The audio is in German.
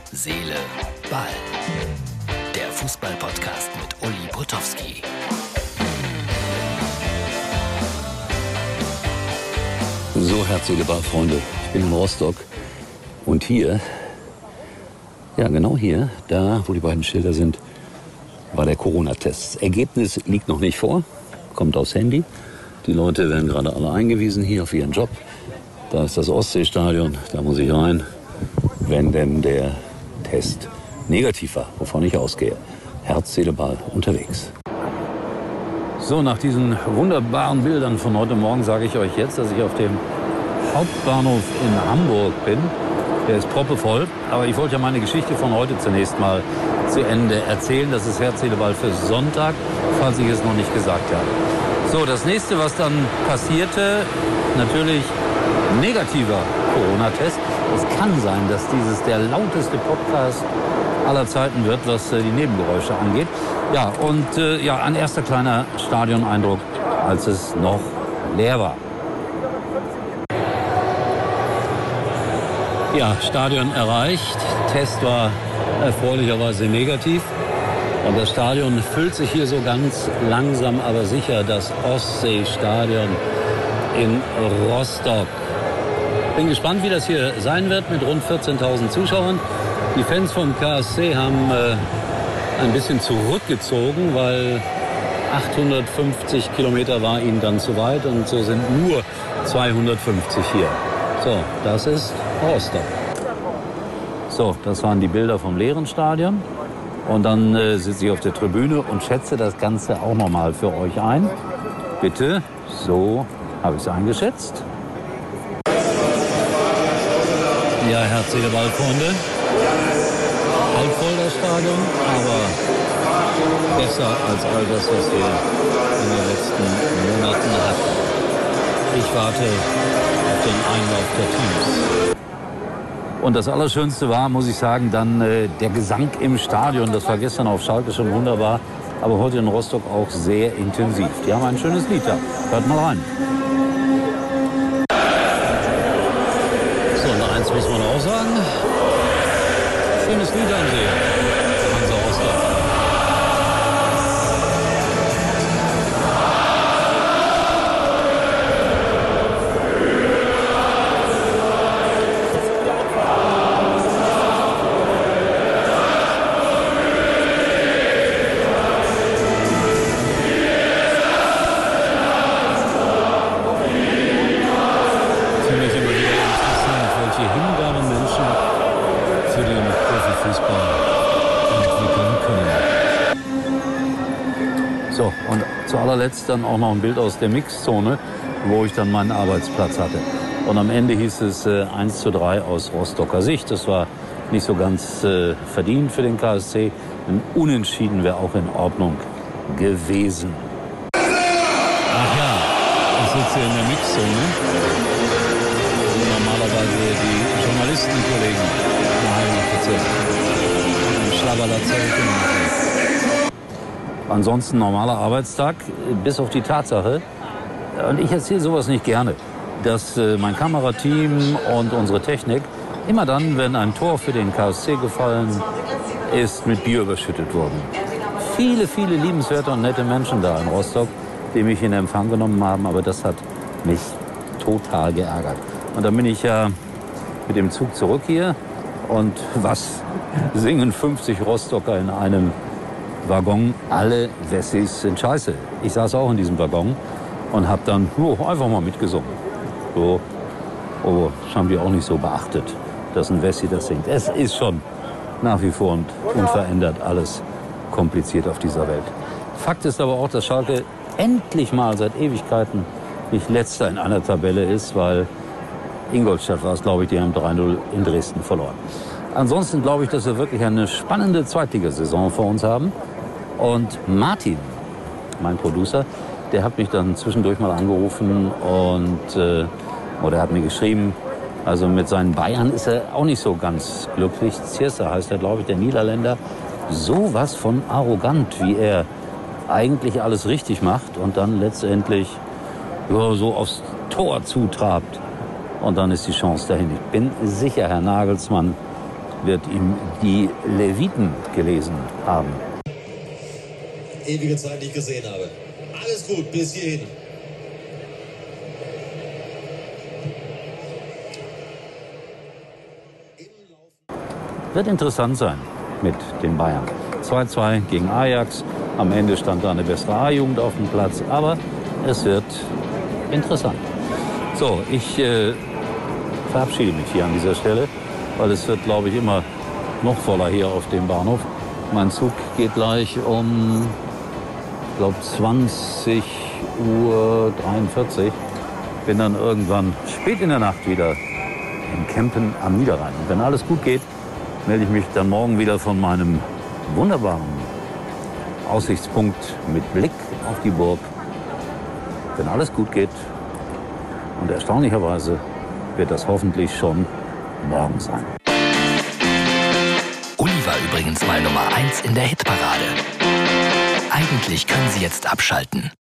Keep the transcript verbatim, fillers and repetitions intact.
Seele, Ball. Der Fußball-Podcast mit Uli Potowski. So, Herz, Seele, Ball, Freunde. Ich bin in Rostock. Und hier, ja genau hier, da wo die beiden Schilder sind, war der Corona-Test. Das Ergebnis liegt noch nicht vor, kommt aufs Handy. Die Leute werden gerade alle eingewiesen hier auf ihren Job. Da ist das Ostseestadion, da muss ich rein, wenn denn der Test negativ war, wovon ich ausgehe. Herz, Seele, Ball unterwegs. So, nach diesen wunderbaren Bildern von heute Morgen sage ich euch jetzt, dass ich auf dem Hauptbahnhof in Hamburg bin. Der ist proppevoll, aber ich wollte ja meine Geschichte von heute zunächst mal zu Ende erzählen. Das ist Herz, Seele, Ball für Sonntag, falls ich es noch nicht gesagt habe. So, das nächste, was dann passierte, natürlich negativer Corona-Test. Es kann sein, dass dieses der lauteste Podcast aller Zeiten wird, was äh, die Nebengeräusche angeht. Ja, und äh, ja, ein erster kleiner Stadioneindruck, als es noch leer war. Ja, Stadion erreicht. Test war erfreulicherweise negativ. Und das Stadion füllt sich hier so ganz langsam, aber sicher. Das Ostseestadion in Rostock. Bin gespannt, wie das hier sein wird mit rund vierzehntausend Zuschauern. Die Fans vom K S C haben äh, ein bisschen zurückgezogen, weil achthundertfünfzig Kilometer war ihnen dann zu weit und so sind nur zweihundertfünfzig hier. So, das ist Rostock. So, das waren die Bilder vom leeren Stadion. Und dann äh, sitze ich auf der Tribüne und schätze das Ganze auch nochmal für euch ein. Bitte, so habe ich es eingeschätzt. Ja, Herz, Seele, Ball, Freunde. Halb voll das Stadion, aber besser als all das, was wir in den letzten Monaten hatten. Ich warte auf den Einlauf der Teams. Und das Allerschönste war, muss ich sagen, dann äh, der Gesang im Stadion. Das war gestern auf Schalke schon wunderbar, aber heute in Rostock auch sehr intensiv. Die haben ein schönes Lied da. Hört mal rein. So, und eins muss man auch sagen. Schönes Lied an Sie, Hansa Rostock. So, und zu allerletzt dann auch noch ein Bild aus der Mixzone, wo ich dann meinen Arbeitsplatz hatte. Und am Ende hieß es äh, eins zu drei aus Rostocker Sicht. Das war nicht so ganz äh, verdient für den K S C. Ein Unentschieden wäre auch in Ordnung gewesen. Ach ja, ich sitze hier in der Mixzone, wo normalerweise die Journalistenkollegen daheim sitzen. Im Schlabberler-Zelt machen. Ansonsten normaler Arbeitstag, bis auf die Tatsache, und ich erzähle sowas nicht gerne, dass äh, mein Kamerateam und unsere Technik immer dann, wenn ein Tor für den K S C gefallen ist, mit Bier überschüttet wurden. Viele, viele liebenswerte und nette Menschen da in Rostock, die mich in Empfang genommen haben, aber das hat mich total geärgert. Und dann bin ich ja mit dem Zug zurück hier und was singen fünfzig Rostocker in einem Waggon? Alle Wessis sind scheiße. Ich saß auch in diesem Waggon und habe dann oh, einfach mal mitgesungen. So, oh, das haben die auch nicht so beachtet, dass ein Wessi das singt. Es ist schon nach wie vor und unverändert alles kompliziert auf dieser Welt. Fakt ist aber auch, dass Schalke endlich mal seit Ewigkeiten nicht letzter in einer Tabelle ist, weil Ingolstadt war es, glaube ich, die haben drei null in Dresden verloren. Ansonsten glaube ich, dass wir wirklich eine spannende Zweitligasaison vor uns haben. Und Martin, mein Producer, der hat mich dann zwischendurch mal angerufen und äh, oder hat mir geschrieben, also mit seinen Bayern ist er auch nicht so ganz glücklich. Zierser heißt er, glaube ich, der Niederländer. Sowas von arrogant, wie er eigentlich alles richtig macht und dann letztendlich ja, so aufs Tor zutrabt. Und dann ist die Chance dahin. Ich bin sicher, Herr Nagelsmann wird ihm die Leviten gelesen haben. Ewige Zeit nicht gesehen habe. Alles gut, bis hierhin. Wird interessant sein mit den Bayern. zwei zu zwei gegen Ajax. Am Ende stand da eine bessere A-Jugend auf dem Platz. Aber es wird interessant. So, ich äh, verabschiede mich hier an dieser Stelle, weil es wird, glaube ich, immer noch voller hier auf dem Bahnhof. Mein Zug geht gleich um, ich glaube, zwanzig Uhr dreiundvierzig. Bin dann irgendwann spät in der Nacht wieder in Kempen am Niederrhein. Und wenn alles gut geht, melde ich mich dann morgen wieder von meinem wunderbaren Aussichtspunkt mit Blick auf die Burg. Wenn alles gut geht, und erstaunlicherweise wird das hoffentlich schon morgen sein. Uli war übrigens mal Nummer eins in der Hitparade. Eigentlich können Sie jetzt abschalten.